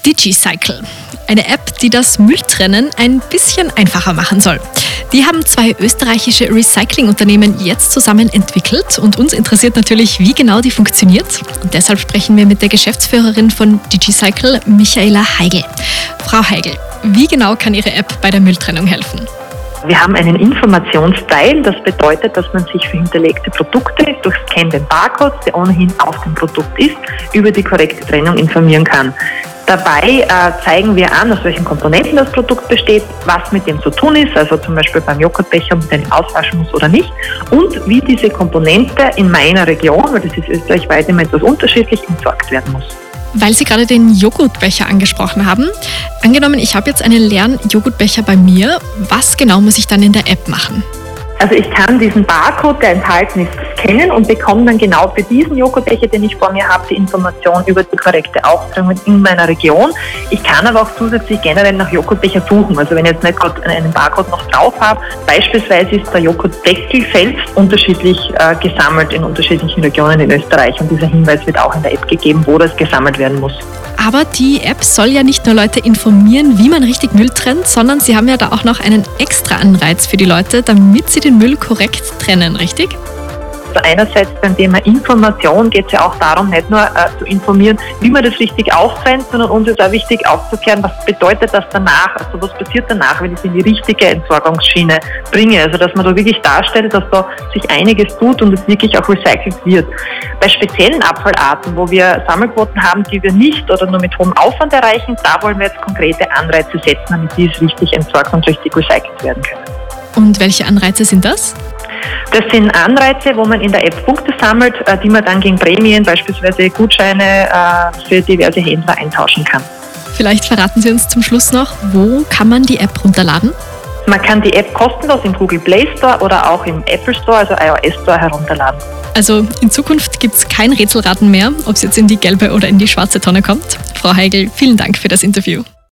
DigiCycle. Eine App, die das Mülltrennen ein bisschen einfacher machen soll. Die haben 2 österreichische Recyclingunternehmen jetzt zusammen entwickelt und uns interessiert natürlich, wie genau die funktioniert. Und deshalb sprechen wir mit der Geschäftsführerin von DigiCycle, Michaela Heigl. Frau Heigl, wie genau kann Ihre App bei der Mülltrennung helfen? Wir haben einen Informationsteil, das bedeutet, dass man sich für hinterlegte Produkte durch Scan den Barcode, der ohnehin auf dem Produkt ist, über die korrekte Trennung informieren kann. Dabei zeigen wir an, aus welchen Komponenten das Produkt besteht, was mit dem zu tun ist, also zum Beispiel beim Joghurtbecher, ob man den auswaschen muss oder nicht, und wie diese Komponente in meiner Region, weil das ist österreichweit immer etwas unterschiedlich, entsorgt werden muss. Weil Sie gerade den Joghurtbecher angesprochen haben. Angenommen, ich habe jetzt einen leeren Joghurtbecher bei mir. Was genau muss ich dann in der App machen? Also ich kann diesen Barcode, der enthalten ist, scannen und bekomme dann genau für diesen Joghurtbecher, den ich vor mir habe, die Information über die korrekte Auftrennung in meiner Region. Ich kann aber auch zusätzlich generell nach Joghurtbecher suchen. Also wenn ich jetzt nicht gerade einen Barcode noch drauf habe, beispielsweise ist der Joghurtdeckel selbst unterschiedlich gesammelt in unterschiedlichen Regionen in Österreich und dieser Hinweis wird auch in der App gegeben, wo das gesammelt werden muss. Aber die App soll ja nicht nur Leute informieren, wie man richtig Müll trennt, sondern Sie haben ja da auch noch einen extra Anreiz für die Leute, damit sie den Müll korrekt trennen, richtig? Also einerseits beim Thema Information geht es ja auch darum, nicht nur zu informieren, wie man das richtig auftrennt, sondern uns ist auch wichtig aufzuklären, was bedeutet das danach, also was passiert danach, wenn ich es in die richtige Entsorgungsschiene bringe. Also dass man da wirklich darstellt, dass da sich einiges tut und es wirklich auch recycelt wird. Bei speziellen Abfallarten, wo wir Sammelquoten haben, die wir nicht oder nur mit hohem Aufwand erreichen, da wollen wir jetzt konkrete Anreize setzen, damit die richtig entsorgt und richtig recycelt werden können. Und welche Anreize sind das? Das sind Anreize, wo man in der App Punkte sammelt, die man dann gegen Prämien, beispielsweise Gutscheine für diverse Händler eintauschen kann. Vielleicht verraten Sie uns zum Schluss noch, wo kann man die App runterladen? Man kann die App kostenlos im Google Play Store oder auch im Apple Store, also iOS Store, herunterladen. Also in Zukunft gibt es kein Rätselraten mehr, ob es jetzt in die gelbe oder in die schwarze Tonne kommt. Frau Heigl, vielen Dank für das Interview.